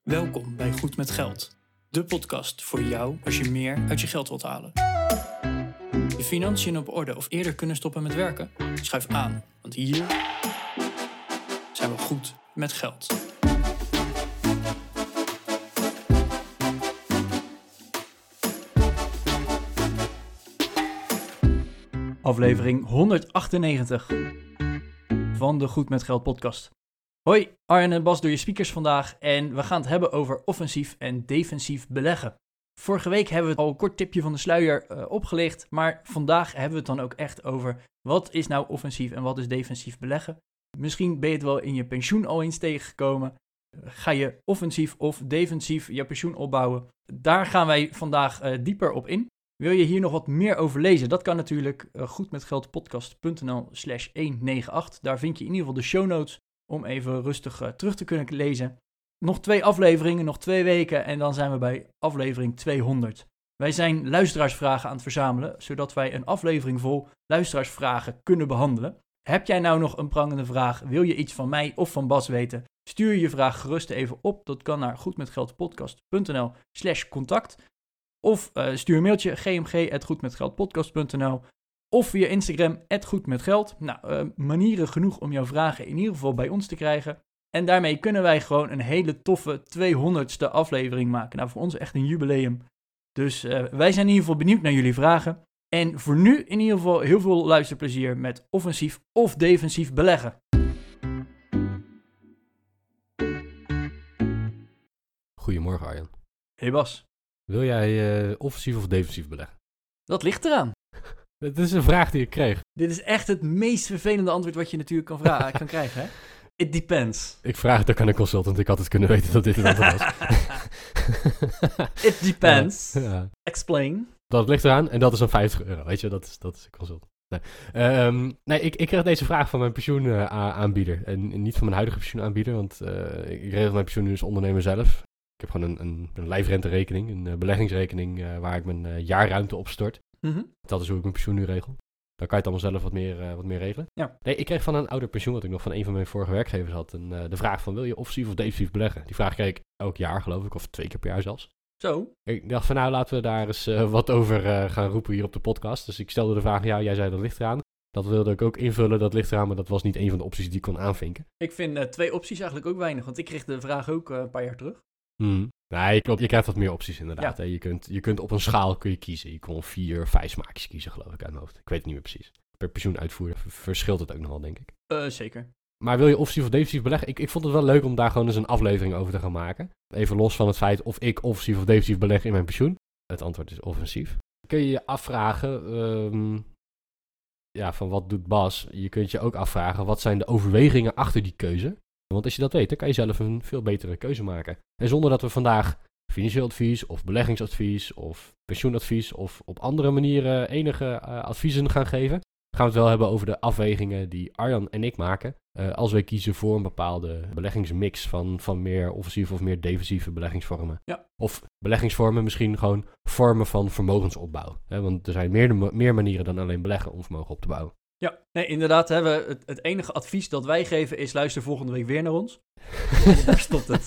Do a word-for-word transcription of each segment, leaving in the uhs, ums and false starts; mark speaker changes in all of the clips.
Speaker 1: Welkom bij Goed met Geld, de podcast voor jou als je meer uit je geld wilt halen. Je financiën op orde of eerder kunnen stoppen met werken? Schuif aan, want hier zijn we goed met geld. Aflevering honderdachtennegentig van de Goed met Geld podcast. Hoi, Arjen en Bas door je speakers vandaag en we gaan het hebben over offensief en defensief beleggen. Vorige week hebben we al een kort tipje van de sluier uh, opgelicht, maar vandaag hebben we het dan ook echt over wat is nou offensief en wat is defensief beleggen. Misschien ben je het wel in je pensioen al eens tegengekomen. Ga je offensief of defensief je pensioen opbouwen? Daar gaan wij vandaag uh, dieper op in. Wil je hier nog wat meer over lezen? Dat kan natuurlijk uh, goedmetgeldpodcast.nl slash honderdachtennegentig. Daar vind je in ieder geval de show notes om even rustig uh, terug te kunnen lezen. Nog twee afleveringen, nog twee weken en dan zijn we bij aflevering tweehonderd. Wij zijn luisteraarsvragen aan het verzamelen, zodat wij een aflevering vol luisteraarsvragen kunnen behandelen. Heb jij nou nog een prangende vraag? Wil je iets van mij of van Bas weten? Stuur je vraag gerust even op. Dat kan naar goedmetgeldpodcast.nl slash contact. Of uh, stuur een mailtje gmg at goedmetgeldpodcast.nl of via Instagram at goedmetgeld. Nou, uh, manieren genoeg om jouw vragen in ieder geval bij ons te krijgen. En daarmee kunnen wij gewoon een hele toffe tweehonderdste aflevering maken. Nou, voor ons echt een jubileum. Dus uh, wij zijn in ieder geval benieuwd naar jullie vragen. En voor nu in ieder geval heel veel luisterplezier met offensief of defensief beleggen.
Speaker 2: Goedemorgen Arjen.
Speaker 1: Hey Bas.
Speaker 2: Wil jij uh, offensief of defensief beleggen?
Speaker 1: Dat ligt eraan.
Speaker 2: Het is een vraag die ik kreeg.
Speaker 1: Dit is echt het meest vervelende antwoord wat je natuurlijk kan, vra- kan krijgen, hè? It depends.
Speaker 2: Ik vraag het ook aan een consultant. Ik had het kunnen weten dat dit het antwoord was.
Speaker 1: It depends.
Speaker 2: Ja, ja.
Speaker 1: Explain.
Speaker 2: Dat ligt eraan en dat is dan vijftig euro. Weet je, dat is, dat is een consultant. Nee, um, nee ik, ik kreeg deze vraag van mijn pensioenaanbieder. Uh, en, en niet van mijn huidige pensioenaanbieder, want uh, ik regel mijn pensioen nu als ondernemer zelf. Ik heb gewoon een, een, een lijfrenterekening, een uh, beleggingsrekening uh, waar ik mijn uh, jaarruimte op stort. Mm-hmm. Dat is hoe ik mijn pensioen nu regel. Dan kan je het allemaal zelf wat meer, uh, wat meer regelen. Ja. Nee, ik kreeg van een ouder pensioen, wat ik nog van een van mijn vorige werkgevers had, een, uh, de vraag van wil je offensief of defensief beleggen? Die vraag kreeg ik elk jaar geloof ik, of twee keer per jaar zelfs.
Speaker 1: Zo.
Speaker 2: Ik dacht van nou, laten we daar eens uh, wat over uh, gaan roepen hier op de podcast. Dus ik stelde de vraag, ja, jij zei dat ligt eraan. Dat wilde ik ook invullen, dat ligt eraan, maar dat was niet een van de opties die ik kon aanvinken.
Speaker 1: Ik vind uh, twee opties eigenlijk ook weinig, want ik kreeg de vraag ook uh, een paar jaar terug.
Speaker 2: Hmm. Nee, klopt. Je krijgt wat meer opties inderdaad. Ja. Hè. Je, kunt, je kunt op een schaal kun je kiezen. Je kon vier, vijf smaakjes kiezen geloof ik uit mijn hoofd. Ik weet het niet meer precies. Per pensioenuitvoerder verschilt het ook nogal, denk ik.
Speaker 1: Uh, zeker.
Speaker 2: Maar wil je offensief of defensief beleggen? Ik, ik vond het wel leuk om daar gewoon eens een aflevering over te gaan maken. Even los van het feit of ik offensief of defensief beleg in mijn pensioen. Het antwoord is offensief. Kun je je afvragen, um, ja, van wat doet Bas? Je kunt je ook afvragen, wat zijn de overwegingen achter die keuze? Want als je dat weet, dan kan je zelf een veel betere keuze maken. En zonder dat we vandaag financieel advies of beleggingsadvies of pensioenadvies of op andere manieren enige uh, adviezen gaan geven, gaan we het wel hebben over de afwegingen die Arjan en ik maken uh, als wij kiezen voor een bepaalde beleggingsmix van, van meer offensieve of meer defensieve beleggingsvormen. Ja. Of beleggingsvormen, misschien gewoon vormen van vermogensopbouw. Hè? Want er zijn meer, meer manieren dan alleen beleggen om vermogen op te bouwen.
Speaker 1: Ja, nee, inderdaad, hè, we, het, het enige advies dat wij geven is luister volgende week weer naar ons. Daar stopt het.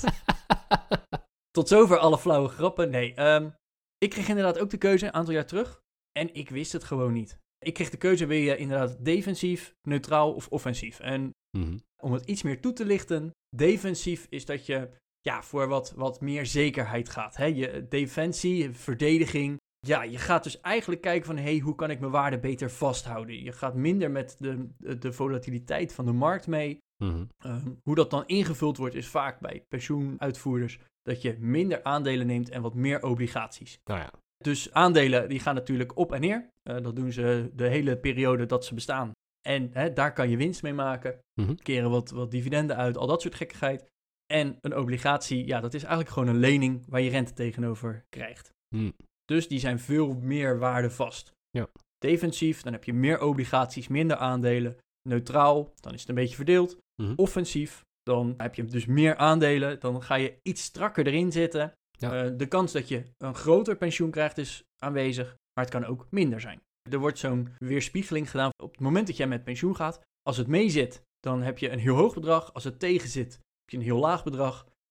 Speaker 1: Tot zover alle flauwe grappen. Nee, um, ik kreeg inderdaad ook de keuze een aantal jaar terug en ik wist het gewoon niet. Ik kreeg de keuze, wil je inderdaad defensief, neutraal of offensief? En mm-hmm. om het iets meer toe te lichten, defensief is dat je ja, voor wat, wat meer zekerheid gaat. Hè? Je defensie, verdediging. Ja, je gaat dus eigenlijk kijken van, hey, hoe kan ik mijn waarde beter vasthouden? Je gaat minder met de, de volatiliteit van de markt mee. Mm-hmm. Um, hoe dat dan ingevuld wordt is vaak bij pensioenuitvoerders dat je minder aandelen neemt en wat meer obligaties.
Speaker 2: Nou ja.
Speaker 1: Dus aandelen die gaan natuurlijk op en neer. Uh, dat doen ze de hele periode dat ze bestaan. En hè, daar kan je winst mee maken. Mm-hmm. Keren wat, wat dividenden uit, al dat soort gekkigheid. En een obligatie, ja, dat is eigenlijk gewoon een lening waar je rente tegenover krijgt. Mm. Dus die zijn veel meer waardevast. Ja. Defensief, dan heb je meer obligaties, minder aandelen. Neutraal, dan is het een beetje verdeeld. Mm-hmm. Offensief, dan heb je dus meer aandelen. Dan ga je iets strakker erin zitten. Ja. Uh, de kans dat je een groter pensioen krijgt is aanwezig, maar het kan ook minder zijn. Er wordt zo'n weerspiegeling gedaan op het moment dat jij met pensioen gaat. Als het mee zit, dan heb je een heel hoog bedrag. Als het tegen zit, heb je een heel laag bedrag.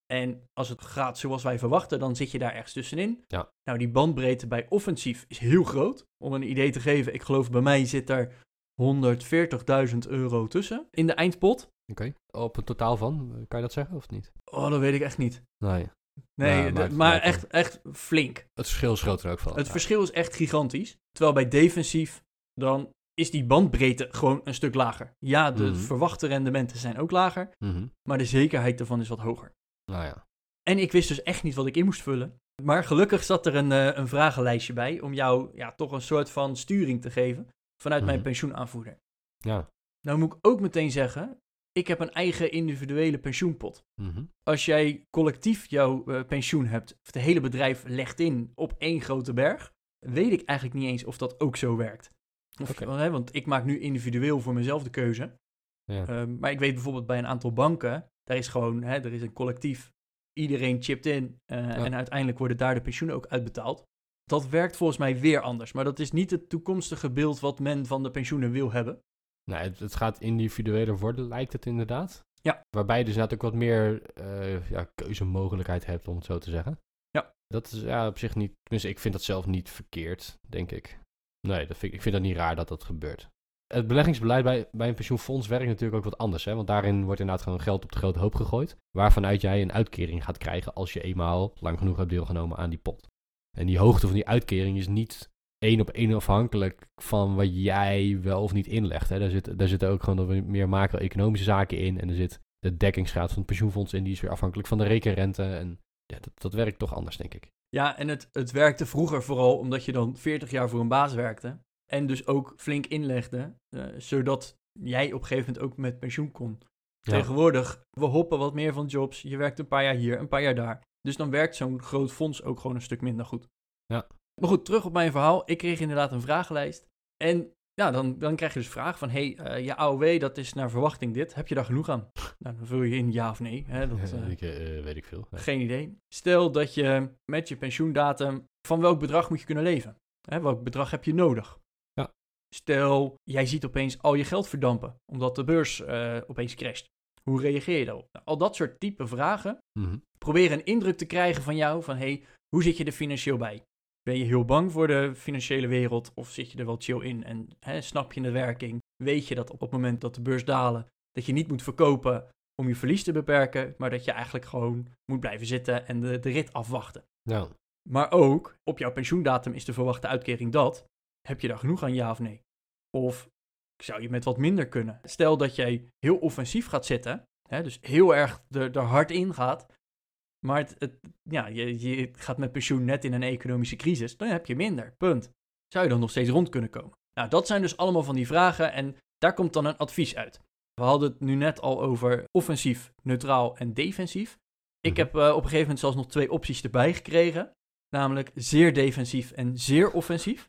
Speaker 1: En als het gaat zoals wij verwachten, dan zit je daar ergens tussenin.
Speaker 2: Ja.
Speaker 1: Nou, die bandbreedte bij offensief is heel groot. Om een idee te geven, ik geloof bij mij zit er honderdveertigduizend euro tussen in de eindpot.
Speaker 2: Oké. Okay. Op een totaal van, kan je dat zeggen of niet?
Speaker 1: Oh, dat weet ik echt niet.
Speaker 2: Nee.
Speaker 1: Nee,
Speaker 2: ja,
Speaker 1: maar,
Speaker 2: maar,
Speaker 1: maar echt, echt flink.
Speaker 2: Het verschil is groter ook van.
Speaker 1: Het
Speaker 2: ja.
Speaker 1: verschil is echt gigantisch. Terwijl bij defensief, dan is die bandbreedte gewoon een stuk lager. Ja, de
Speaker 2: Mm-hmm.
Speaker 1: verwachte rendementen zijn ook lager,
Speaker 2: Mm-hmm.
Speaker 1: maar de zekerheid ervan is wat hoger.
Speaker 2: Nou ja.
Speaker 1: En ik wist dus echt niet wat ik in moest vullen. Maar gelukkig zat er een, uh, een vragenlijstje bij om jou ja, toch een soort van sturing te geven vanuit
Speaker 2: Mm-hmm.
Speaker 1: mijn pensioenaanvoerder.
Speaker 2: Ja.
Speaker 1: Nou moet ik ook meteen zeggen, ik heb een eigen individuele pensioenpot.
Speaker 2: Mm-hmm.
Speaker 1: Als jij collectief jouw uh, pensioen hebt, of het hele bedrijf legt in op één grote berg, weet ik eigenlijk niet eens of dat ook zo werkt. Of,
Speaker 2: Okay.
Speaker 1: hè, want ik maak nu individueel voor mezelf de keuze.
Speaker 2: Ja.
Speaker 1: Uh, maar ik weet bijvoorbeeld bij een aantal banken, daar is gewoon, hè, er is een collectief, iedereen chipt in uh, ja. en uiteindelijk worden daar de pensioenen ook uitbetaald. Dat werkt volgens mij weer anders, maar dat is niet het toekomstige beeld wat men van de pensioenen wil hebben.
Speaker 2: Nou, het, het gaat individueler worden, lijkt het inderdaad.
Speaker 1: Ja.
Speaker 2: Waarbij je dus net ook wat meer uh, ja, keuzemogelijkheid hebt, om het zo te zeggen.
Speaker 1: Ja.
Speaker 2: Dat is ja, op zich niet, tenminste ik vind dat zelf niet verkeerd, denk ik. Nee, dat vind, ik vind dat niet raar dat dat gebeurt. Het beleggingsbeleid bij, bij een pensioenfonds werkt natuurlijk ook wat anders. Hè? Want daarin wordt inderdaad gewoon geld op de grote hoop gegooid. Waarvanuit jij een uitkering gaat krijgen als je eenmaal lang genoeg hebt deelgenomen aan die pot. En die hoogte van die uitkering is niet één op één afhankelijk van wat jij wel of niet inlegt. Hè? Daar, zit, daar zitten ook gewoon wat meer macro-economische zaken in. En er zit de dekkingsgraad van het pensioenfonds in. Die is weer afhankelijk van de rekenrente. En ja, dat, dat werkt toch anders, denk ik.
Speaker 1: Ja, en het, het werkte vroeger vooral omdat je dan veertig jaar voor een baas werkte. En dus ook flink inlegde, uh, zodat jij op een gegeven moment ook met pensioen kon. Ja. Tegenwoordig, we hoppen wat meer van jobs. Je werkt een paar jaar hier, een paar jaar daar. Dus dan werkt zo'n groot fonds ook gewoon een stuk minder goed.
Speaker 2: Ja.
Speaker 1: Maar goed, terug op mijn verhaal. Ik kreeg inderdaad een vragenlijst. En ja, dan, dan krijg je dus vragen van... Hé, hey, uh, je A O W, dat is naar verwachting dit. Heb je daar genoeg aan? Nou, dan vul je in ja of nee. Hè, dat, uh,
Speaker 2: ik, uh, weet ik veel. Ja.
Speaker 1: Geen idee. Stel dat je met je pensioendatum... Van welk bedrag moet je kunnen leven? Hè, welk bedrag heb je nodig?
Speaker 2: Ja.
Speaker 1: Stel, jij ziet opeens al je geld verdampen... omdat de beurs uh, opeens crasht. Hoe reageer je daarop? Nou, al dat soort type vragen...
Speaker 2: Mm-hmm.
Speaker 1: Probeer een indruk te krijgen van jou... van hé, hey, hoe zit je er financieel bij? Ben je heel bang voor de financiële wereld of zit je er wel chill in en hè, snap je de werking? Weet je dat op het moment dat de beurs dalen, dat je niet moet verkopen om je verlies te beperken, maar dat je eigenlijk gewoon moet blijven zitten en de, de rit afwachten.
Speaker 2: Ja.
Speaker 1: Maar ook, op jouw pensioendatum is de verwachte uitkering dat. Heb je daar genoeg aan, ja of nee? Of zou je met wat minder kunnen? Stel dat jij heel offensief gaat zitten, hè, dus heel erg er, er hard in gaat... Maar het, het, ja, je, je gaat met pensioen net in een economische crisis, dan heb je minder, punt. Zou je dan nog steeds rond kunnen komen? Nou, dat zijn dus allemaal van die vragen en daar komt dan een advies uit. We hadden het nu net al over offensief, neutraal en defensief. Ik heb uh, op een gegeven moment zelfs nog twee opties erbij gekregen. Namelijk zeer defensief en zeer offensief.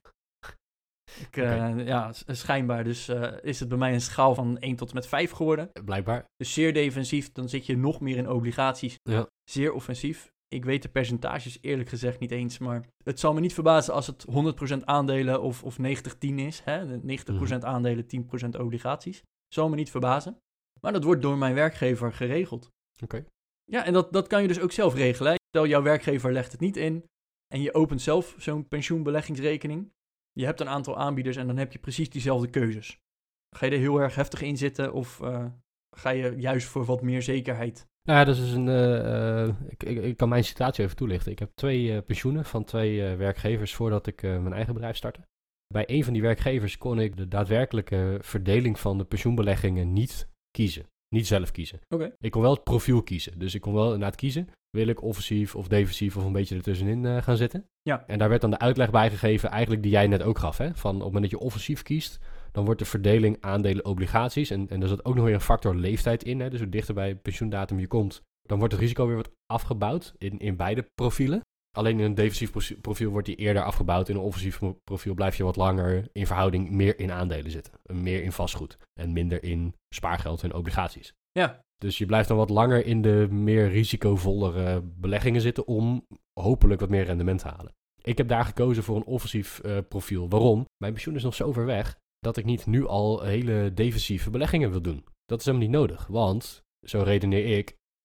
Speaker 1: Ik, uh, okay. Ja, schijnbaar dus uh, is het bij mij een schaal van één tot en met vijf geworden.
Speaker 2: Blijkbaar.
Speaker 1: Dus zeer defensief, dan zit je nog meer in obligaties.
Speaker 2: Ja.
Speaker 1: Zeer offensief. Ik weet de percentages eerlijk gezegd niet eens, maar het zal me niet verbazen als het honderd procent aandelen of, of negentig tien is. Hè? negentig procent mm. aandelen, tien procent obligaties. Zal me niet verbazen. Maar dat wordt door mijn werkgever geregeld.
Speaker 2: Oké. Okay.
Speaker 1: Ja, en dat, dat kan je dus ook zelf regelen. Hè? Stel, jouw werkgever legt het niet in en je opent zelf zo'n pensioenbeleggingsrekening. Je hebt een aantal aanbieders en dan heb je precies diezelfde keuzes. Ga je er heel erg heftig in zitten of uh, ga je juist voor wat meer zekerheid?
Speaker 2: Nou ja, dat is een, uh, uh, ik, ik, ik kan mijn situatie even toelichten. Ik heb twee uh, pensioenen van twee uh, werkgevers voordat ik uh, mijn eigen bedrijf startte. Bij een van die werkgevers kon ik de daadwerkelijke verdeling van de pensioenbeleggingen niet kiezen. Niet zelf kiezen.
Speaker 1: Okay. Ik
Speaker 2: kon wel het profiel kiezen. Dus ik kon wel inderdaad kiezen. Wil ik offensief of defensief of een beetje ertussenin uh, gaan zitten?
Speaker 1: Ja.
Speaker 2: En daar werd dan de uitleg bij gegeven, eigenlijk die jij net ook gaf. Hè? Van op het moment dat je offensief kiest, dan wordt de verdeling aandelen obligaties. En, en er zit ook nog weer een factor leeftijd in. Hè? Dus hoe dichter bij het pensioendatum je komt, dan wordt het risico weer wat afgebouwd in, in beide profielen. Alleen in een defensief profiel wordt die eerder afgebouwd. In een offensief profiel blijf je wat langer in verhouding meer in aandelen zitten. Meer in vastgoed en minder in spaargeld en obligaties.
Speaker 1: Ja.
Speaker 2: Dus je blijft dan wat langer in de meer risicovollere beleggingen zitten om hopelijk wat meer rendement te halen. Ik heb daar gekozen voor een offensief uh, profiel. Waarom? Mijn pensioen is nog zo ver weg dat ik niet nu al hele defensieve beleggingen wil doen. Dat is helemaal niet nodig, want, zo redeneer ik,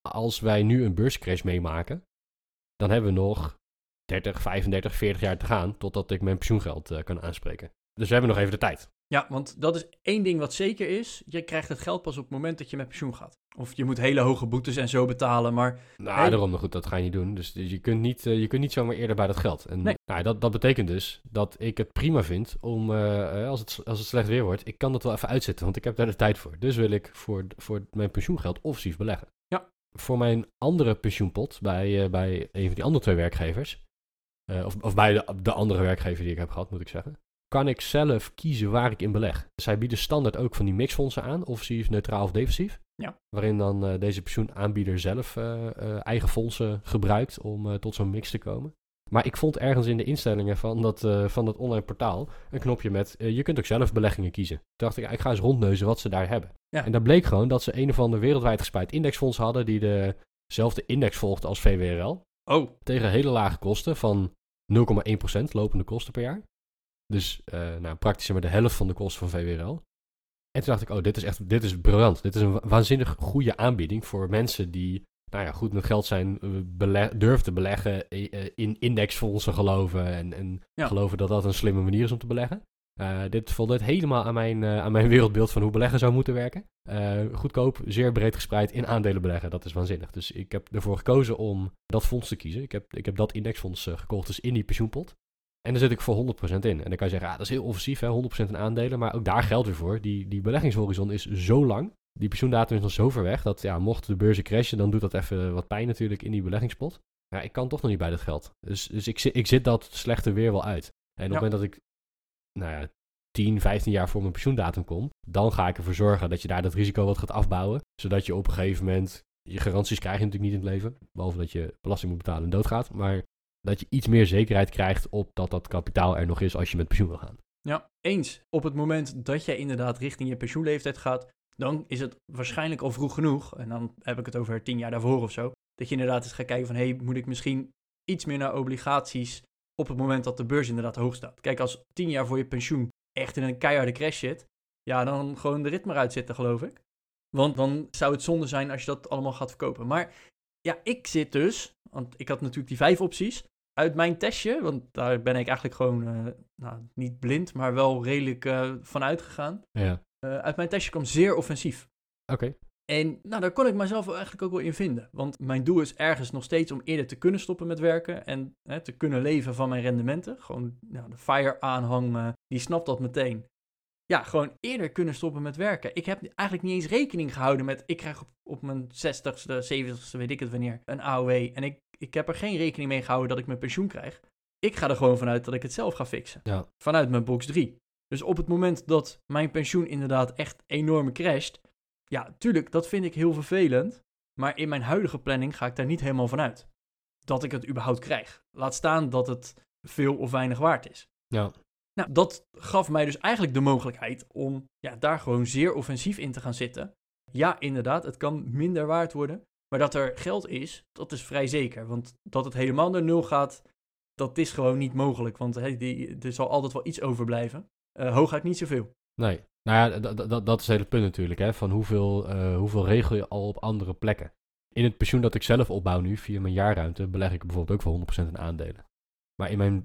Speaker 2: als wij nu een beurscrash meemaken, dan hebben we nog dertig, vijfendertig, veertig jaar te gaan totdat ik mijn pensioengeld uh, kan aanspreken. Dus we hebben nog even de tijd.
Speaker 1: Ja, want dat is één ding wat zeker is. Je krijgt het geld pas op het moment dat je met pensioen gaat. Of je moet hele hoge boetes en zo betalen, maar...
Speaker 2: Nou,
Speaker 1: hey...
Speaker 2: daarom, goed, dat ga je niet doen. Dus, dus je, kunt niet, uh, je kunt niet zomaar eerder bij dat geld. En
Speaker 1: nee.
Speaker 2: nou, dat, dat betekent dus dat ik het prima vind om, uh, als, het, als het slecht weer wordt, ik kan dat wel even uitzetten, want ik heb daar de tijd voor. Dus wil ik voor, voor mijn pensioengeld offensief beleggen.
Speaker 1: Ja.
Speaker 2: Voor mijn andere pensioenpot bij, uh, bij een van die andere twee werkgevers, uh, of, of bij de, de andere werkgever die ik heb gehad, moet ik zeggen, kan ik zelf kiezen waar ik in beleg. Zij bieden standaard ook van die mixfondsen aan, offensief, neutraal of defensief.
Speaker 1: Ja.
Speaker 2: Waarin dan uh, deze pensioenaanbieder zelf uh, uh, eigen fondsen gebruikt om uh, tot zo'n mix te komen. Maar ik vond ergens in de instellingen van dat, uh, van dat online portaal een knopje met, uh, je kunt ook zelf beleggingen kiezen. Toen dacht ik, ik ga eens rondneuzen wat ze daar hebben.
Speaker 1: Ja.
Speaker 2: En daar bleek gewoon dat ze een of ander wereldwijd gespreid indexfonds hadden die dezelfde index volgde als V W R L.
Speaker 1: Oh.
Speaker 2: Tegen hele lage kosten van nul komma één procent lopende kosten per jaar. Dus uh, nou, praktisch maar de helft van de kosten van V W R L. En toen dacht ik, oh, dit is echt, dit is briljant. Dit is een waanzinnig goede aanbieding voor mensen die, nou ja, goed met geld zijn, bele- durven te beleggen, uh, in indexfondsen geloven en, en ja. geloven dat dat een slimme manier is om te beleggen. Uh, dit voldeed helemaal aan mijn, uh, aan mijn wereldbeeld van hoe beleggen zou moeten werken. Uh, goedkoop, zeer breed gespreid in aandelen beleggen, dat is waanzinnig. Dus ik heb ervoor gekozen om dat fonds te kiezen. Ik heb, ik heb dat indexfonds uh, gekocht, dus in die pensioenpot. En daar zit ik voor honderd procent in. En dan kan je zeggen, ah, dat is heel offensief, hè, honderd procent in aandelen. Maar ook daar geldt weer voor. Die, die beleggingshorizon is zo lang. Die pensioendatum is nog zo ver weg. Dat ja, mocht de beurzen crashen, dan doet dat even wat pijn natuurlijk in die beleggingspot. Ja, ik kan toch nog niet bij dat geld. Dus, dus ik, ik zit dat slechte weer wel uit. En op het ja. moment dat ik, nou ja, tien, vijftien jaar voor mijn pensioendatum kom, dan ga ik ervoor zorgen dat je daar dat risico wat gaat afbouwen. Zodat je op een gegeven moment, je garanties krijg je natuurlijk niet in het leven. Behalve dat je belasting moet betalen en doodgaat. Maar dat je iets meer zekerheid krijgt op dat dat kapitaal er nog is als je met pensioen wil gaan.
Speaker 1: Ja, eens. Op het moment dat jij inderdaad richting je pensioenleeftijd gaat, dan is het waarschijnlijk al vroeg genoeg, en dan heb ik het over tien jaar daarvoor of zo, dat je inderdaad eens gaat kijken van, hé, hey, moet ik misschien iets meer naar obligaties op het moment dat de beurs inderdaad hoog staat. Kijk, als tien jaar voor je pensioen echt in een keiharde crash zit, ja, dan gewoon de rit maar uitzitten, geloof ik. Want dan zou het zonde zijn als je dat allemaal gaat verkopen. Maar ja, ik zit dus, want ik had natuurlijk die vijf opties, uit mijn testje, want daar ben ik eigenlijk gewoon, uh, nou, niet blind, maar wel redelijk uh, van uitgegaan.
Speaker 2: Ja.
Speaker 1: Uh, uit mijn testje kwam zeer offensief.
Speaker 2: Oké. Okay.
Speaker 1: En nou, daar kon ik mezelf eigenlijk ook wel in vinden. Want mijn doel is ergens nog steeds om eerder te kunnen stoppen met werken en hè, te kunnen leven van mijn rendementen. Gewoon nou, de FIRE aanhang, uh, die snapt dat meteen. Ja, gewoon eerder kunnen stoppen met werken. Ik heb eigenlijk niet eens rekening gehouden met, ik krijg op, op mijn zestigste, zeventigste, weet ik het wanneer, een A O W. En ik, ik heb er geen rekening mee gehouden dat ik mijn pensioen krijg. Ik ga er gewoon vanuit dat ik het zelf ga fixen.
Speaker 2: Ja.
Speaker 1: Vanuit mijn box drie. Dus op het moment dat mijn pensioen inderdaad echt enorm crasht, ja, tuurlijk, dat vind ik heel vervelend. Maar in mijn huidige planning ga ik daar niet helemaal vanuit. Dat ik het überhaupt krijg. Laat staan dat het veel of weinig waard is.
Speaker 2: Ja.
Speaker 1: Nou, dat gaf mij dus eigenlijk de mogelijkheid om ja, daar gewoon zeer offensief in te gaan zitten. Ja, inderdaad, het kan minder waard worden. Maar dat er geld is, dat is vrij zeker. Want dat het helemaal naar nul gaat, dat is gewoon niet mogelijk. Want hey, die, er zal altijd wel iets overblijven. Uh, hooguit niet zoveel.
Speaker 2: Nee, nou ja, d- d- dat is het hele punt natuurlijk. Hè, van hoeveel, uh, hoeveel regel je al op andere plekken. In het pensioen dat ik zelf opbouw nu, via mijn jaarruimte, beleg ik bijvoorbeeld ook voor honderd procent in aandelen. Maar in mijn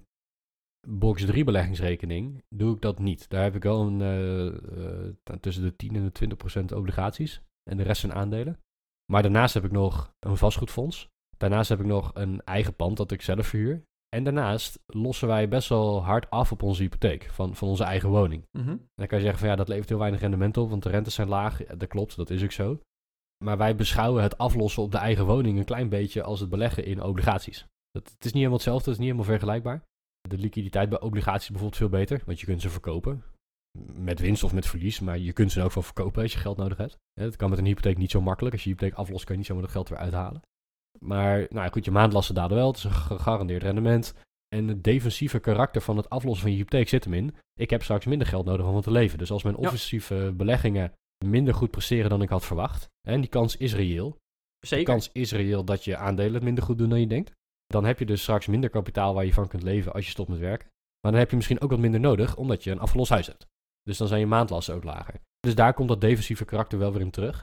Speaker 2: box drie beleggingsrekening doe ik dat niet. Daar heb ik wel een, uh, uh, tussen de tien en de twintig procent obligaties. En de rest zijn aandelen. Maar daarnaast heb ik nog een vastgoedfonds. Daarnaast heb ik nog een eigen pand dat ik zelf verhuur. En daarnaast lossen wij best wel hard af op onze hypotheek van, van onze eigen woning.
Speaker 1: Mm-hmm.
Speaker 2: En dan kan je zeggen van ja, dat levert heel weinig rendement op, want de rentes zijn laag. Ja, dat klopt, dat is ook zo. Maar wij beschouwen het aflossen op de eigen woning een klein beetje als het beleggen in obligaties. Dat, het is niet helemaal hetzelfde, het is niet helemaal vergelijkbaar. De liquiditeit bij obligaties is bijvoorbeeld veel beter, want je kunt ze verkopen. Met winst of met verlies, maar je kunt ze ook wel verkopen als je geld nodig hebt. Ja, dat kan met een hypotheek niet zo makkelijk. Als je hypotheek aflost, kan je niet zomaar dat geld weer uithalen. Maar nou ja, goed, je maandlasten dalen wel. Het is een gegarandeerd rendement. En het defensieve karakter van het aflossen van je hypotheek zit hem in. Ik heb straks minder geld nodig om van te leven. Dus als mijn offensieve ja. beleggingen minder goed presteren dan ik had verwacht. En die kans is reëel.
Speaker 1: Zeker.
Speaker 2: De kans is reëel dat je aandelen het minder goed doen dan je denkt. Dan heb je dus straks minder kapitaal waar je van kunt leven als je stopt met werken. Maar dan heb je misschien ook wat minder nodig, omdat je een afgelost huis hebt. Dus dan zijn je maandlasten ook lager. Dus daar komt dat defensieve karakter wel weer in terug.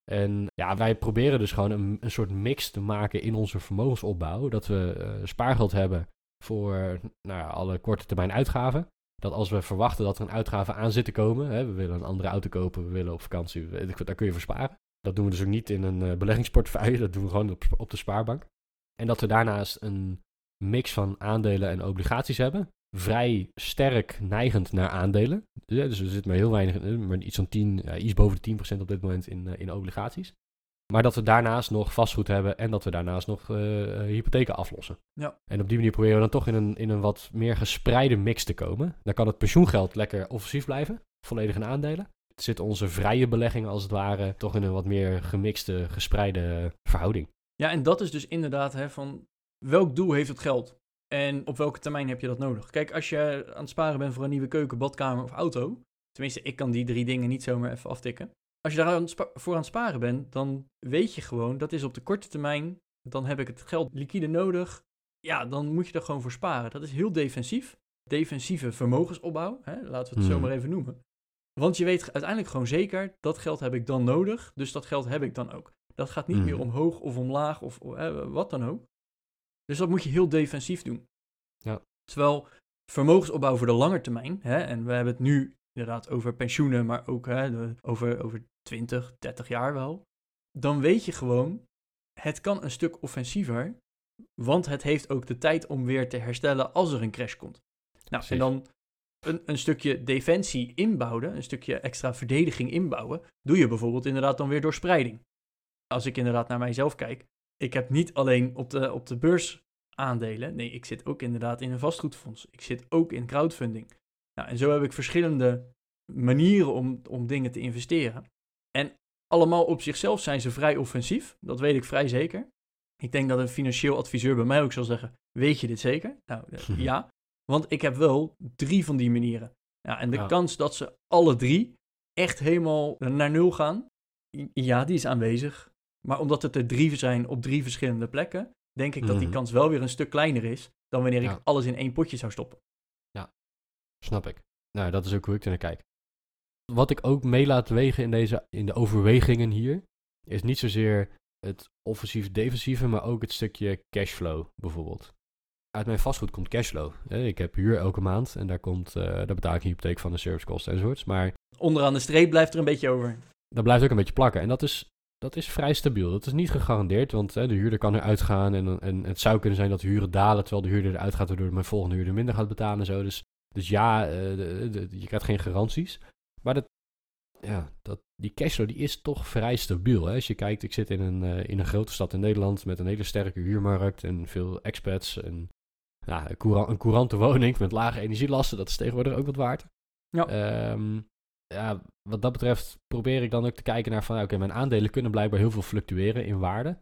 Speaker 2: En ja, wij proberen dus gewoon een, een soort mix te maken in onze vermogensopbouw. Dat we uh, spaargeld hebben voor nou ja, alle korte termijn uitgaven. Dat als we verwachten dat er een uitgave aan zit te komen, hè, we willen een andere auto kopen, we willen op vakantie, daar kun je voor sparen. Dat doen we dus ook niet in een uh, beleggingsportefeuille, dat doen we gewoon op, op de spaarbank. En dat we daarnaast een mix van aandelen en obligaties hebben. Vrij sterk neigend naar aandelen. Dus er zit maar heel weinig, maar iets van tien, uh, iets boven de tien procent op dit moment in, uh, in obligaties. Maar dat we daarnaast nog vastgoed hebben en dat we daarnaast nog uh, hypotheken aflossen.
Speaker 1: Ja.
Speaker 2: En op die manier proberen we dan toch in een, in een wat meer gespreide mix te komen. Dan kan het pensioengeld lekker offensief blijven, volledig in aandelen. Het zit onze vrije beleggingen als het ware toch in een wat meer gemixte, gespreide verhouding.
Speaker 1: Ja, en dat is dus inderdaad hè, van welk doel heeft het geld? En op welke termijn heb je dat nodig? Kijk, als je aan het sparen bent voor een nieuwe keuken, badkamer of auto, tenminste, ik kan die drie dingen niet zomaar even aftikken. Als je daar aan spa- voor aan het sparen bent, dan weet je gewoon, dat is op de korte termijn, dan heb ik het geld liquide nodig. Ja, dan moet je er gewoon voor sparen. Dat is heel defensief. Defensieve vermogensopbouw, hè, laten we het
Speaker 2: Hmm.
Speaker 1: zo maar even noemen. Want je weet uiteindelijk gewoon zeker, dat geld heb ik dan nodig, dus dat geld heb ik dan ook. Dat gaat niet
Speaker 2: Hmm.
Speaker 1: meer omhoog of omlaag of eh, wat dan ook. Dus dat moet je heel defensief doen.
Speaker 2: Ja.
Speaker 1: Terwijl vermogensopbouw voor de lange termijn, hè, en we hebben het nu inderdaad over pensioenen, maar ook hè, de, over, over twintig, dertig jaar wel. Dan weet je gewoon, het kan een stuk offensiever, want het heeft ook de tijd om weer te herstellen als er een crash komt. Nou,
Speaker 2: Precies.
Speaker 1: en dan een, een stukje defensie inbouwen, een stukje extra verdediging inbouwen, doe je bijvoorbeeld inderdaad dan weer door spreiding. Als ik inderdaad naar mijzelf kijk, ik heb niet alleen op de, op de beurs aandelen, nee, ik zit ook inderdaad in een vastgoedfonds. Ik zit ook in crowdfunding. Nou, en zo heb ik verschillende manieren om, om dingen te investeren. En allemaal op zichzelf zijn ze vrij offensief, dat weet ik vrij zeker. Ik denk dat een financieel adviseur bij mij ook zal zeggen, weet je dit zeker? Nou, uh, ja, want ik heb wel drie van die manieren. Ja, en de
Speaker 2: Ja.
Speaker 1: kans dat ze alle drie echt helemaal naar nul gaan, ja, die is aanwezig. Maar omdat het er drie zijn op drie verschillende plekken, denk ik dat die
Speaker 2: Mhm.
Speaker 1: kans wel weer een stuk kleiner is dan wanneer ik
Speaker 2: Ja.
Speaker 1: alles in één potje zou stoppen.
Speaker 2: Snap ik. Nou, dat is ook hoe ik er naar kijk. Wat ik ook mee laat wegen in, deze, in de overwegingen hier, is niet zozeer het offensief-defensieve, maar ook het stukje cashflow bijvoorbeeld. Uit mijn vastgoed komt cashflow. Ik heb huur elke maand en daar, komt, uh, daar betaal ik een hypotheek van de servicekosten enzovoorts. Maar
Speaker 1: Onderaan de streep blijft er een beetje over.
Speaker 2: dat blijft ook een beetje plakken. En dat is, dat is vrij stabiel. Dat is niet gegarandeerd, want hè, de huurder kan eruit gaan. En, en het zou kunnen zijn dat de huren dalen terwijl de huurder eruit gaat, waardoor mijn volgende huurder minder gaat betalen en zo. Dus, dus ja, uh, de, de, je krijgt geen garanties. Maar dat, ja, dat, die cashflow die is toch vrij stabiel. Hè? Als je kijkt, ik zit in een, uh, in een grote stad in Nederland met een hele sterke huurmarkt en veel expats. En ja, een, courant, een courante woning met lage energielasten, dat is tegenwoordig ook wat waard.
Speaker 1: Ja.
Speaker 2: Um, ja, wat dat betreft probeer ik dan ook te kijken naar van, oké, okay, mijn aandelen kunnen blijkbaar heel veel fluctueren in waarde.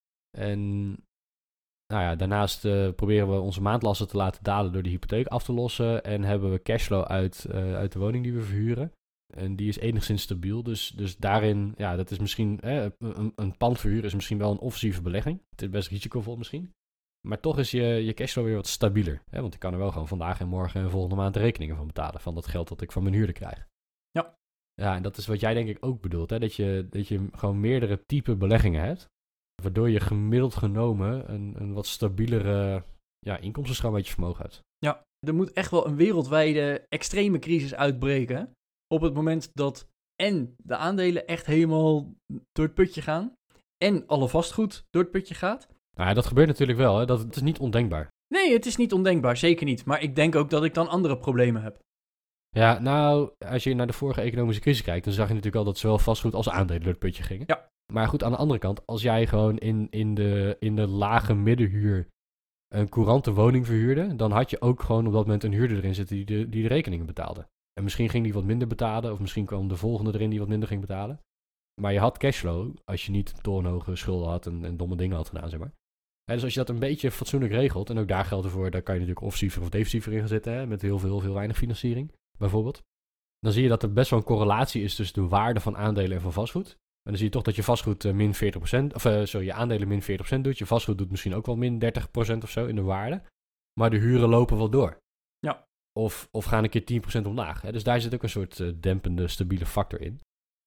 Speaker 2: En nou ja, daarnaast uh, proberen we onze maandlasten te laten dalen door de hypotheek af te lossen. En hebben we cashflow uit, uh, uit de woning die we verhuren. En die is enigszins stabiel. Dus, dus daarin, ja, dat is misschien, hè, een, een pand verhuren is misschien wel een offensieve belegging. Het is best risicovol misschien. Maar toch is je, je cashflow weer wat stabieler. Hè? Want ik kan er wel gewoon vandaag en morgen en volgende maand de rekeningen van betalen. Van dat geld dat ik van mijn huurder krijg.
Speaker 1: Ja.
Speaker 2: Ja, en dat is wat jij denk ik ook bedoelt. Hè? Dat, je, dat je gewoon meerdere type beleggingen hebt. Waardoor je gemiddeld genomen een, een wat stabielere ja, inkomstenstroom uit je vermogen hebt.
Speaker 1: Ja, er moet echt wel een wereldwijde extreme crisis uitbreken. Op het moment dat en de aandelen echt helemaal door het putje gaan. En alle vastgoed door het putje gaat.
Speaker 2: Nou ja, dat gebeurt natuurlijk wel. Hè? Dat, dat is niet ondenkbaar.
Speaker 1: Nee, het is niet ondenkbaar. Zeker niet. Maar ik denk ook dat ik dan andere problemen heb.
Speaker 2: Ja, nou, als je naar de vorige economische crisis kijkt, dan zag je natuurlijk al dat zowel vastgoed als aandelen door het putje gingen.
Speaker 1: Ja.
Speaker 2: Maar goed, aan de andere kant, als jij gewoon in, in, de, in de lage middenhuur een courante woning verhuurde, dan had je ook gewoon op dat moment een huurder erin zitten die de, die de rekeningen betaalde. En misschien ging die wat minder betalen, of misschien kwam de volgende erin die wat minder ging betalen. Maar je had cashflow als je niet torenhoge schulden had en, en domme dingen had gedaan, zeg maar. Ja, dus als je dat een beetje fatsoenlijk regelt, en ook daar geldt ervoor, daar kan je natuurlijk offensiever of defensiever in gaan zitten, hè, met heel veel, heel veel weinig financiering, bijvoorbeeld. Dan zie je dat er best wel een correlatie is tussen de waarde van aandelen en van vastgoed. En dan zie je toch dat je vastgoed uh, min veertig procent, of uh, sorry, je aandelen min veertig procent doet, je vastgoed doet misschien ook wel min dertig procent of zo in de waarde. Maar de huren lopen wel door.
Speaker 1: Ja.
Speaker 2: Of, of gaan een keer tien procent omlaag. Hè. Dus daar zit ook een soort uh, dempende, stabiele factor in.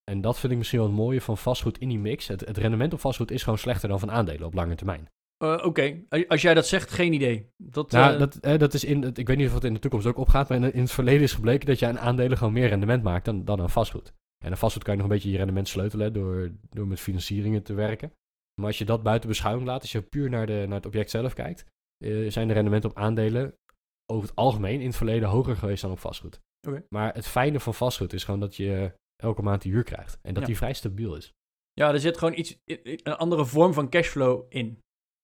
Speaker 2: En dat vind ik misschien wel het mooie van vastgoed in die mix. Het, het rendement op vastgoed is gewoon slechter dan van aandelen op lange termijn.
Speaker 1: Uh, Oké, okay. Als jij dat zegt, geen idee. Dat,
Speaker 2: nou,
Speaker 1: uh...
Speaker 2: dat, eh, dat is in, ik weet niet of het in de toekomst ook opgaat, maar in, in het verleden is gebleken dat je aan aandelen gewoon meer rendement maakt dan, dan aan vastgoed. En aan vastgoed kan je nog een beetje je rendement sleutelen door, door met financieringen te werken. Maar als je dat buiten beschouwing laat, als je puur naar, de, naar het object zelf kijkt, uh, zijn de rendementen op aandelen over het algemeen in het verleden hoger geweest dan op vastgoed.
Speaker 1: Okay.
Speaker 2: Maar het fijne van vastgoed is gewoon dat je elke maand de huur krijgt. En dat
Speaker 1: ja.
Speaker 2: die vrij stabiel is.
Speaker 1: Ja, er zit gewoon iets, een andere vorm van cashflow in.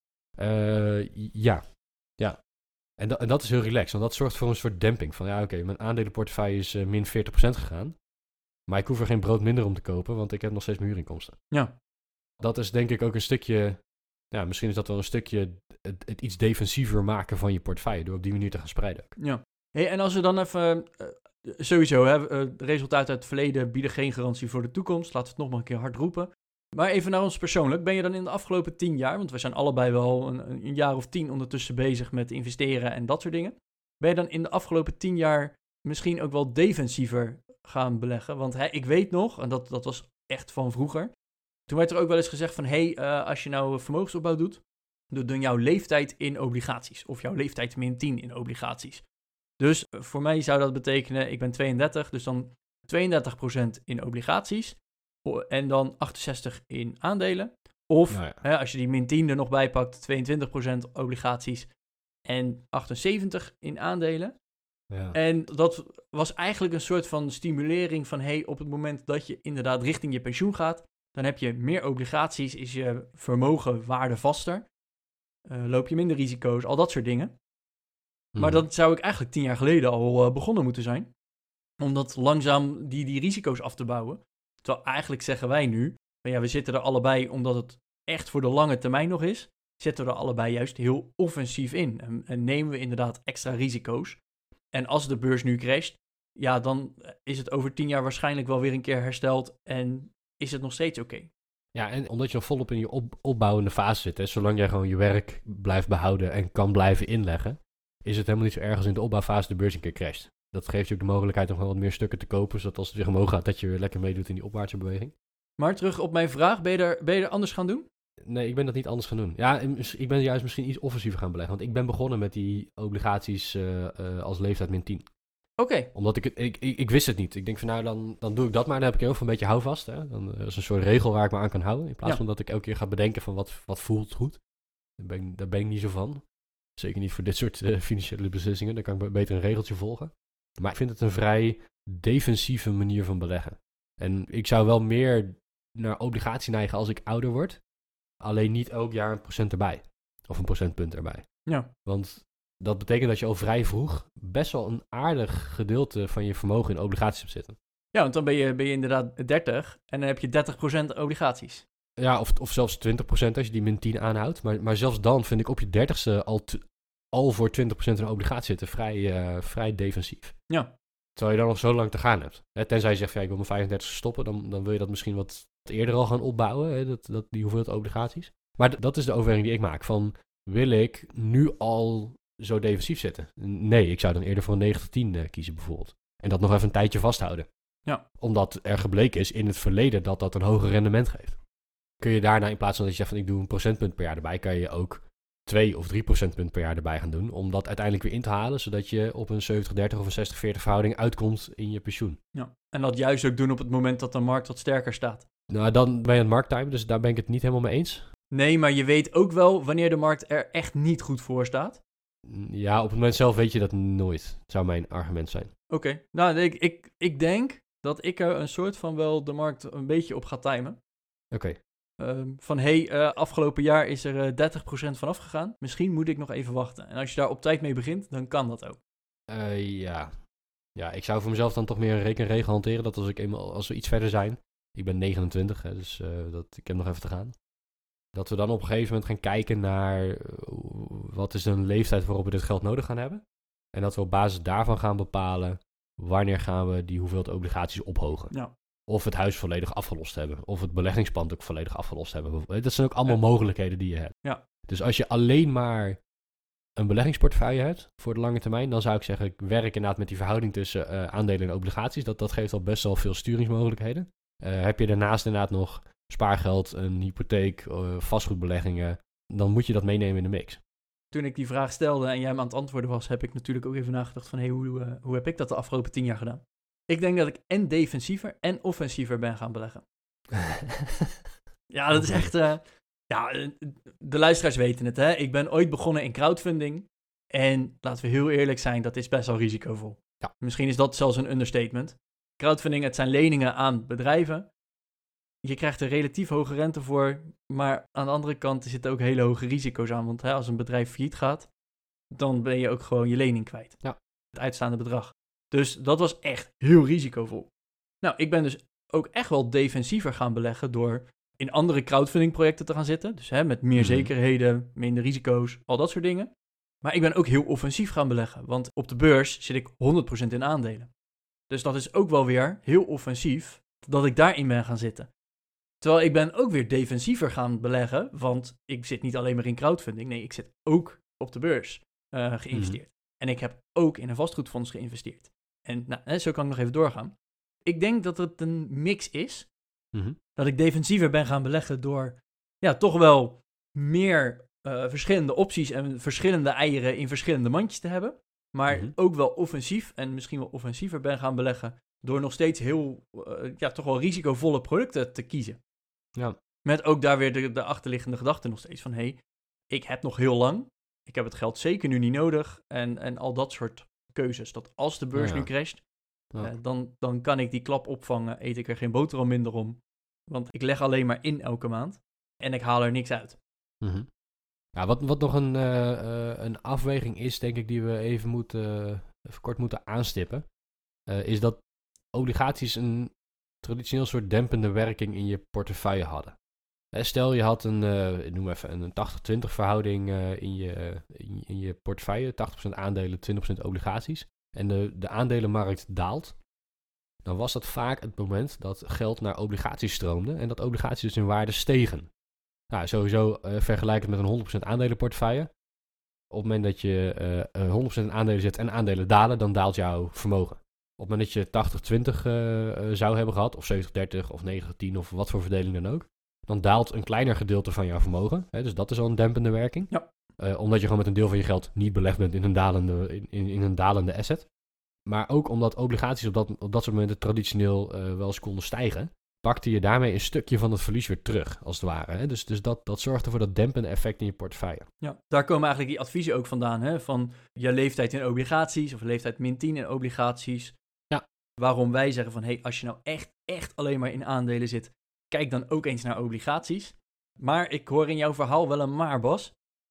Speaker 2: Uh, ja, ja. En, da- en dat is heel relaxed, want dat zorgt voor een soort demping. Van ja, oké, okay, mijn aandelenportefeuille is uh, min veertig procent gegaan. Maar ik hoef er geen brood minder om te kopen, want ik heb nog steeds mijn huurinkomsten.
Speaker 1: Ja.
Speaker 2: Dat is denk ik ook een stukje, ja, misschien is dat wel een stukje het, het iets defensiever maken van je portefeuille, door op die manier te gaan spreiden.
Speaker 1: Ja. Hey, en als we dan even, uh, sowieso, hè, uh, resultaten uit het verleden bieden geen garantie voor de toekomst. Laten we het nog maar een keer hard roepen. Maar even naar ons persoonlijk. Ben je dan in de afgelopen tien jaar, want we zijn allebei wel een, een jaar of tien ondertussen bezig met investeren en dat soort dingen. Ben je dan in de afgelopen tien jaar misschien ook wel defensiever gaan beleggen? Want hè, ik weet nog, en dat, dat was echt van vroeger, toen werd er ook wel eens gezegd van, hé, hey, uh, als je nou vermogensopbouw doet, doe dan jouw leeftijd in obligaties. Of jouw leeftijd min tien in obligaties. Dus uh, voor mij zou dat betekenen, ik ben tweeëndertig, dus dan tweeëndertig procent in obligaties. En dan achtenzestig in aandelen. Of nou ja. hè, als je die min tien er nog bij pakt, tweeëntwintig procent obligaties en achtenzeventig in aandelen.
Speaker 2: Ja.
Speaker 1: En dat was eigenlijk een soort van stimulering van, hey, op het moment dat je inderdaad richting je pensioen gaat, dan heb je meer obligaties, is je vermogen waardevaster, uh, loop je minder risico's, al dat soort dingen. Hmm. Maar dat zou ik eigenlijk tien jaar geleden al uh, begonnen moeten zijn. Om dat langzaam die, die risico's af te bouwen. Terwijl eigenlijk zeggen wij nu, ja, we zitten er allebei omdat het echt voor de lange termijn nog is, zitten we er allebei juist heel offensief in. En, en nemen we inderdaad extra risico's. En als de beurs nu crasht, ja, dan is het over tien jaar waarschijnlijk wel weer een keer hersteld en is het nog steeds oké. Okay.
Speaker 2: Ja, en omdat je nog volop in je op- opbouwende fase zit, hè, zolang jij gewoon je werk blijft behouden en kan blijven inleggen, is het helemaal niet zo erg als in de opbouwfase de beurs een keer crasht. Dat geeft je ook de mogelijkheid om gewoon wat meer stukken te kopen, zodat als het weer omhoog gaat, dat je weer lekker meedoet in die opwaartse beweging. Maar
Speaker 1: terug op mijn vraag, ben je er, ben je er anders gaan doen?
Speaker 2: Nee, ik ben dat niet anders gaan doen. Ja, ik ben juist misschien iets offensiever gaan beleggen, want ik ben begonnen met die obligaties uh, uh, als leeftijd min tien.
Speaker 1: Oké. Okay.
Speaker 2: Omdat ik, het, ik, ik, ik wist het niet. Ik denk van nou, dan, dan doe ik dat maar, dan heb ik heel veel een beetje houvast. Hè? Dan uh, is een soort regel waar ik me aan kan houden, in plaats ja. van dat ik elke keer ga bedenken van wat, wat voelt goed. Daar ben, ik, daar ben ik niet zo van. Zeker niet voor dit soort uh, financiële beslissingen, dan kan ik beter een regeltje volgen. Maar ik vind het een vrij defensieve manier van beleggen. En ik zou wel meer naar obligatie neigen als ik ouder word. Alleen niet elk jaar een procent erbij. Of een procentpunt erbij.
Speaker 1: Ja.
Speaker 2: Want dat betekent dat je al vrij vroeg best wel een aardig gedeelte van je vermogen in obligaties hebt zitten.
Speaker 1: Ja, want dan ben je, ben je inderdaad dertig en dan heb je dertig procent obligaties.
Speaker 2: Ja, of, of zelfs twintig procent als je die min tien aanhoudt. Maar, maar zelfs dan vind ik op je dertigste al... T- al voor twintig procent in een obligatie zitten, vrij, uh, vrij defensief.
Speaker 1: Ja.
Speaker 2: Terwijl je dan nog zo lang te gaan hebt. Hè, tenzij je zegt, ja, ik wil mijn vijfendertigste stoppen, dan, dan wil je dat misschien wat eerder al gaan opbouwen, hè, dat, dat, die hoeveelheid obligaties. Maar d- dat is de overweging die ik maak, van wil ik nu al zo defensief zitten? Nee, ik zou dan eerder voor een negentig tien uh, kiezen bijvoorbeeld. En dat nog even een tijdje vasthouden.
Speaker 1: Ja.
Speaker 2: Omdat er gebleken is in het verleden dat dat een hoger rendement geeft. Kun je daarna, in plaats van dat je zegt van ik doe een procentpunt per jaar erbij, kan je ook twee of drie procentpunt per jaar erbij gaan doen, om dat uiteindelijk weer in te halen, zodat je op een zeventig dertig of een zestig veertig verhouding uitkomt in je pensioen.
Speaker 1: Ja, en dat juist ook doen op het moment dat de markt wat sterker staat.
Speaker 2: Nou, dan ben je aan het markttimen, dus daar ben ik het niet helemaal mee eens.
Speaker 1: Nee, maar je weet ook wel wanneer de markt er echt niet goed voor staat.
Speaker 2: Ja, op het moment zelf weet je dat nooit, zou mijn argument zijn.
Speaker 1: Oké, okay. nou, ik, ik, ik denk dat ik er een soort van wel de markt een beetje op ga timen.
Speaker 2: Oké. Okay.
Speaker 1: Uh, van, hé, hey, uh, afgelopen jaar is er uh, dertig procent van afgegaan. Misschien moet ik nog even wachten. En als je daar op tijd mee begint, dan kan dat ook.
Speaker 2: Uh, ja. Ja, ik zou voor mezelf dan toch meer een rekenregel hanteren. Dat als, ik eenmaal, als we iets verder zijn. Ik ben negenentwintig, hè, dus uh, dat, ik heb nog even te gaan. Dat we dan op een gegeven moment gaan kijken naar uh, wat is een leeftijd waarop we dit geld nodig gaan hebben. En dat we op basis daarvan gaan bepalen wanneer gaan we die hoeveelheid obligaties ophogen.
Speaker 1: Ja.
Speaker 2: Of het huis volledig afgelost hebben. Of het beleggingspand ook volledig afgelost hebben. Dat zijn ook allemaal ja. mogelijkheden die je hebt.
Speaker 1: Ja.
Speaker 2: Dus als je alleen maar een beleggingsportefeuille hebt voor de lange termijn, dan zou ik zeggen, ik werk inderdaad met die verhouding tussen uh, aandelen en obligaties. Dat, dat geeft al best wel veel sturingsmogelijkheden. Uh, heb je daarnaast inderdaad nog spaargeld, een hypotheek, uh, vastgoedbeleggingen, dan moet je dat meenemen in de mix.
Speaker 1: Toen ik die vraag stelde en jij me aan het antwoorden was, heb ik natuurlijk ook even nagedacht van, hé, hey, hoe, uh, hoe heb ik dat de afgelopen tien jaar gedaan? Ik denk dat ik en defensiever en offensiever ben gaan beleggen. Ja, dat is echt... Uh, ja, de luisteraars weten het, hè. Ik ben ooit begonnen in crowdfunding. En laten we heel eerlijk zijn, dat is best wel risicovol.
Speaker 2: Ja.
Speaker 1: Misschien is dat zelfs een understatement. Crowdfunding, het zijn leningen aan bedrijven. Je krijgt er relatief hoge rente voor. Maar aan de andere kant zitten ook hele hoge risico's aan. Want hè, als een bedrijf failliet gaat, dan ben je ook gewoon je lening kwijt.
Speaker 2: Ja.
Speaker 1: Het uitstaande bedrag. Dus dat was echt heel risicovol. Nou, ik ben dus ook echt wel defensiever gaan beleggen door in andere crowdfunding projecten te gaan zitten. Dus hè, met meer
Speaker 2: Mm-hmm.
Speaker 1: zekerheden, minder risico's, al dat soort dingen. Maar ik ben ook heel offensief gaan beleggen. Want op de beurs zit ik honderd procent in aandelen. Dus dat is ook wel weer heel offensief dat ik daarin ben gaan zitten. Terwijl ik ben ook weer defensiever gaan beleggen. Want ik zit niet alleen maar in crowdfunding. Nee, ik zit ook op de beurs uh, geïnvesteerd. Mm-hmm. En ik heb ook in een vastgoedfonds geïnvesteerd. En nou, hè, zo kan ik nog even doorgaan. Ik denk dat het een mix is.
Speaker 2: Mm-hmm.
Speaker 1: Dat ik defensiever ben gaan beleggen door ja, toch wel meer uh, verschillende opties en verschillende eieren in verschillende mandjes te hebben. Maar mm-hmm. ook wel offensief en misschien wel offensiever ben gaan beleggen door nog steeds heel, uh, ja, toch wel risicovolle producten te kiezen.
Speaker 2: Ja.
Speaker 1: Met ook daar weer de, de achterliggende gedachte nog steeds van, hé, hey, ik heb nog heel lang. Ik heb het geld zeker nu niet nodig. En, en al dat soort keuzes. Dat als de beurs ja. nu crasht, ja. uh, dan, dan kan ik die klap opvangen. Eet ik er geen boterham minder om. Want ik leg alleen maar in elke maand. En ik haal er niks uit.
Speaker 2: Mm-hmm. Ja, wat, wat nog een, uh, uh, een afweging is, denk ik, die we even, moeten, uh, even kort moeten aanstippen. Uh, is dat obligaties een traditioneel soort dempende werking in je portefeuille hadden. Uh, stel je had een, uh, ik noem even een tachtig twintig verhouding uh, in, je, in, in je portefeuille. tachtig procent aandelen, twintig procent obligaties. En de, de aandelenmarkt daalt. Dan was dat vaak het moment dat geld naar obligaties stroomde en dat obligaties dus in waarde stegen. Nou, sowieso uh, vergelijkend met een honderd procent aandelenportefeuille. Op het moment dat je uh, honderd procent in aandelen zet en aandelen dalen, dan daalt jouw vermogen. Op het moment dat je tachtig twintig uh, uh, zou hebben gehad, of zeventig dertig of negentig tien of wat voor verdeling dan ook, dan daalt een kleiner gedeelte van jouw vermogen. Hè, dus dat is al een dempende werking.
Speaker 1: Ja.
Speaker 2: Uh, omdat je gewoon met een deel van je geld niet belegd bent in een dalende, in, in, in een dalende asset. Maar ook omdat obligaties op dat, op dat soort momenten traditioneel uh, wel eens konden stijgen, pakte je daarmee een stukje van het verlies weer terug, als het ware. Hè? Dus, dus dat, dat zorgde voor dat dempende effect in je portefeuille.
Speaker 1: Ja, daar komen eigenlijk die adviezen ook vandaan, hè? Van je leeftijd in obligaties of leeftijd min tien in obligaties.
Speaker 2: Ja.
Speaker 1: Waarom wij zeggen van, hé, hey, als je nou echt, echt alleen maar in aandelen zit, kijk dan ook eens naar obligaties. Maar ik hoor in jouw verhaal wel een maar, Bas.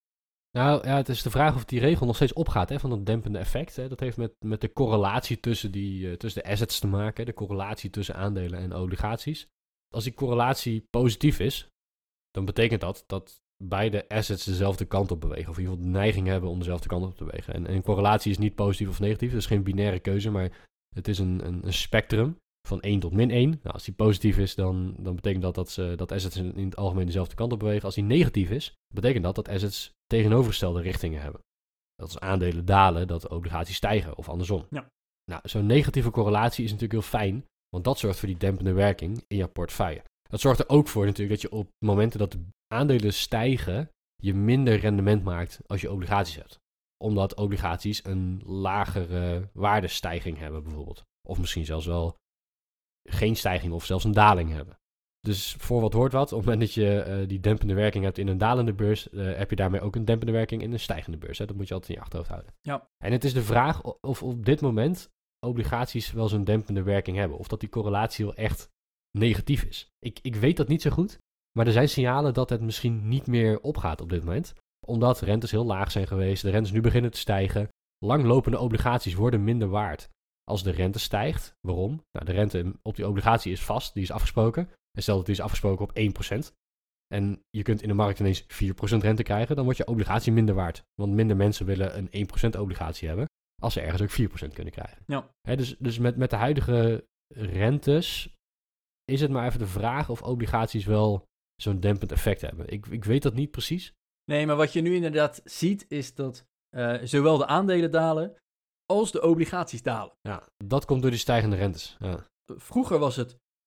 Speaker 2: Nou ja, het is de vraag of die regel nog steeds opgaat, hè, van dat dempende effect. Hè. Dat heeft met, met de correlatie tussen, die, uh, tussen de assets te maken, de correlatie tussen aandelen en obligaties. Als die correlatie positief is, dan betekent dat dat beide assets dezelfde kant op bewegen. Of in ieder geval de neiging hebben om dezelfde kant op te bewegen. En, en correlatie is niet positief of negatief, dat is geen binaire keuze, maar het is een, een, een spectrum van één tot min één. Nou, als die positief is, dan, dan betekent dat dat, ze, dat assets in, in het algemeen dezelfde kant op bewegen. Als die negatief is, betekent dat dat assets tegenovergestelde richtingen hebben. Dat als aandelen dalen, dat obligaties stijgen of andersom.
Speaker 1: Ja.
Speaker 2: Nou, zo'n negatieve correlatie is natuurlijk heel fijn, want dat zorgt voor die dempende werking in je portefeuille. Dat zorgt er ook voor natuurlijk dat je op momenten dat de aandelen stijgen, je minder rendement maakt als je obligaties hebt. Omdat obligaties een lagere waardestijging hebben bijvoorbeeld. Of misschien zelfs wel geen stijging of zelfs een daling hebben. Dus voor wat hoort wat, op het moment dat je uh, die dempende werking hebt in een dalende beurs, uh, heb je daarmee ook een dempende werking in een stijgende beurs. Hè? Dat moet je altijd in je achterhoofd houden.
Speaker 1: Ja.
Speaker 2: En het is de vraag of op dit moment obligaties wel zo'n dempende werking hebben. Of dat die correlatie wel echt negatief is. Ik, ik weet dat niet zo goed, maar er zijn signalen dat het misschien niet meer opgaat op dit moment. Omdat rentes heel laag zijn geweest, de rentes nu beginnen te stijgen. Langlopende obligaties worden minder waard als de rente stijgt. Waarom? Nou, de rente op die obligatie is vast, die is afgesproken. En stel dat die is afgesproken op één procent. En je kunt in de markt ineens vier procent rente krijgen, dan wordt je obligatie minder waard. Want minder mensen willen een één procent obligatie hebben, als ze ergens ook vier procent kunnen krijgen.
Speaker 1: Ja.
Speaker 2: He, dus dus met, met de huidige rentes is het maar even de vraag of obligaties wel zo'n dempend effect hebben. Ik, ik weet dat niet precies.
Speaker 1: Nee, maar wat je nu inderdaad ziet, is dat uh, zowel de aandelen dalen als de obligaties dalen.
Speaker 2: Ja, dat komt door die stijgende rentes. Ja.
Speaker 1: Vroeger was het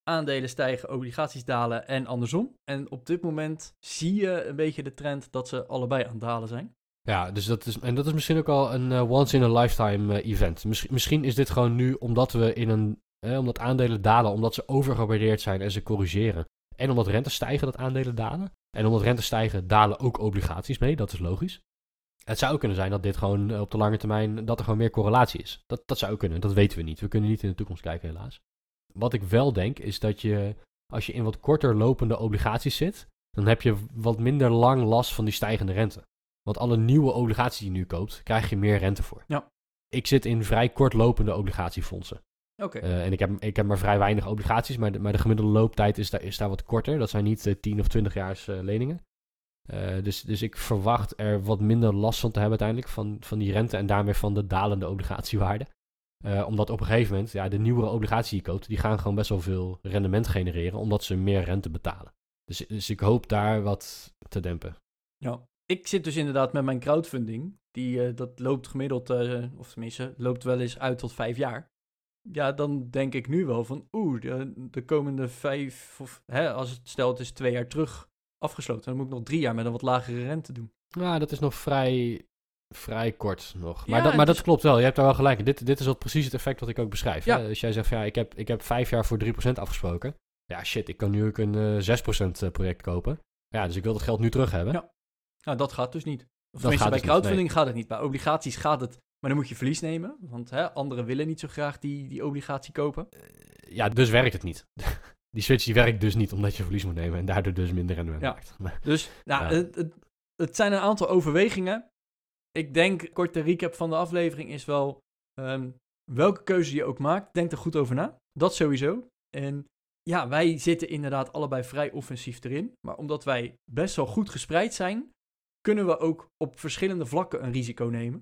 Speaker 1: aandelen stijgen, obligaties dalen en andersom. En op dit moment zie je een beetje de trend dat ze allebei aan het dalen zijn.
Speaker 2: Ja, dus dat is, en dat is misschien ook al een uh, once-in-a-lifetime uh, event. Misschien, misschien is dit gewoon nu omdat we in een, eh, omdat aandelen dalen, omdat ze overgewaardeerd zijn en ze corrigeren. En omdat rentes stijgen, dat aandelen dalen. En omdat rentes stijgen, dalen ook obligaties mee. Dat is logisch. Het zou ook kunnen zijn dat dit gewoon uh, op de lange termijn, dat er gewoon meer correlatie is. Dat, dat zou kunnen, dat weten we niet. We kunnen niet in de toekomst kijken, helaas. Wat ik wel denk, is dat je, als je in wat korter lopende obligaties zit, dan heb je wat minder lang last van die stijgende rente. Want alle nieuwe obligaties die je nu koopt, krijg je meer rente voor.
Speaker 1: Ja.
Speaker 2: Ik zit in vrij kortlopende obligatiefondsen.
Speaker 1: Oké.
Speaker 2: Uh, en ik heb, ik heb maar vrij weinig obligaties, maar de, maar de gemiddelde looptijd is daar, is daar wat korter. Dat zijn niet uh, tien of twintig jaars uh, leningen. Uh, dus, dus ik verwacht er wat minder last van te hebben uiteindelijk van, van die rente en daarmee van de dalende obligatiewaarde. Uh, omdat op een gegeven moment, ja, de nieuwere obligaties die je koopt, die gaan gewoon best wel veel rendement genereren, omdat ze meer rente betalen. Dus, dus ik hoop daar wat te dempen.
Speaker 1: Ja, ik zit dus inderdaad met mijn crowdfunding. Die, uh, dat loopt gemiddeld, uh, of tenminste, loopt wel eens uit tot vijf jaar. Ja, dan denk ik nu wel van, oeh, de, de komende vijf, of hè, als het stel het is twee jaar terug afgesloten, dan moet ik nog drie jaar met een wat lagere rente doen.
Speaker 2: Ja, dat is nog vrij, vrij kort nog. Maar,
Speaker 1: Ja,
Speaker 2: dat, maar
Speaker 1: dus...
Speaker 2: dat klopt wel, je hebt daar wel gelijk. Dit, dit is wat precies het effect wat ik ook beschrijf.
Speaker 1: Ja.
Speaker 2: Hè? Dus jij zegt van, ja, ik heb, ik heb vijf jaar voor drie procent afgesproken. Ja, shit, ik kan nu ook een uh, zes procent project kopen. Ja, dus ik wil dat geld nu terug hebben.
Speaker 1: Ja. Nou, dat gaat dus niet. Of
Speaker 2: dat
Speaker 1: tenminste,
Speaker 2: gaat
Speaker 1: bij
Speaker 2: dus
Speaker 1: crowdfunding
Speaker 2: niet, nee.
Speaker 1: gaat het niet. Bij obligaties gaat het, maar dan moet je verlies nemen. Want hè, anderen willen niet zo graag die, die obligatie kopen.
Speaker 2: Uh, ja, dus werkt het niet. Die switch die werkt dus niet omdat je verlies moet nemen en daardoor dus minder rendement
Speaker 1: ja.
Speaker 2: maakt. Maar,
Speaker 1: dus nou,
Speaker 2: ja.
Speaker 1: het, het, het zijn een aantal overwegingen. Ik denk, korte recap van de aflevering is wel, um, welke keuze je ook maakt, denk er goed over na. Dat sowieso. En ja, wij zitten inderdaad allebei vrij offensief erin. Maar omdat wij best wel goed gespreid zijn, kunnen we ook op verschillende vlakken een risico nemen.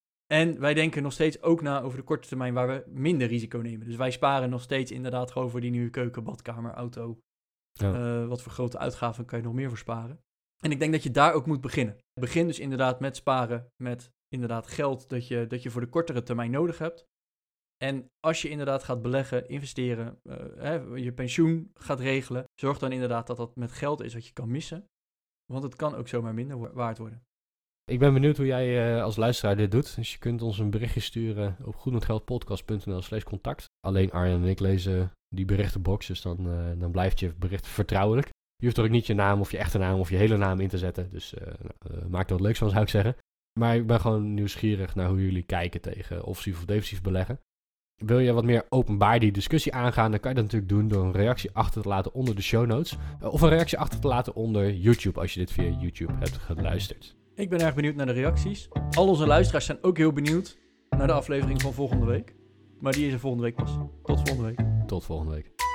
Speaker 1: En wij denken nog steeds ook na over de korte termijn waar we minder risico nemen. Dus wij sparen nog steeds inderdaad gewoon voor die nieuwe keuken, badkamer, auto. Ja. Uh, wat voor grote uitgaven kan je nog meer voor sparen. En ik denk dat je daar ook moet beginnen. Begin dus inderdaad met sparen, met inderdaad geld dat je, dat je voor de kortere termijn nodig hebt. En als je inderdaad gaat beleggen, investeren, uh, hè, je pensioen gaat regelen, zorg dan inderdaad dat dat met geld is wat je kan missen. Want het kan ook zomaar minder waard worden.
Speaker 2: Ik ben benieuwd hoe jij uh, als luisteraar dit doet. Dus je kunt ons een berichtje sturen op goedmetgeldpodcast.nl slash contact. Alleen Arjen en ik lezen die berichtenbox, dus dan, uh, dan blijft je bericht vertrouwelijk. Je hoeft er ook niet je naam of je echte naam of je hele naam in te zetten. Dus uh, uh, maak er wat leuks van, zou ik zeggen. Maar ik ben gewoon nieuwsgierig naar hoe jullie kijken tegen offensief of defensief beleggen. Wil je wat meer openbaar die discussie aangaan, dan kan je dat natuurlijk doen door een reactie achter te laten onder de show notes. Uh, of een reactie achter te laten onder YouTube, als je dit via YouTube hebt geluisterd.
Speaker 1: Ik ben erg benieuwd naar de reacties. Al onze luisteraars zijn ook heel benieuwd naar de aflevering van volgende week. Maar die is er volgende week pas. Tot volgende week.
Speaker 2: Tot volgende week.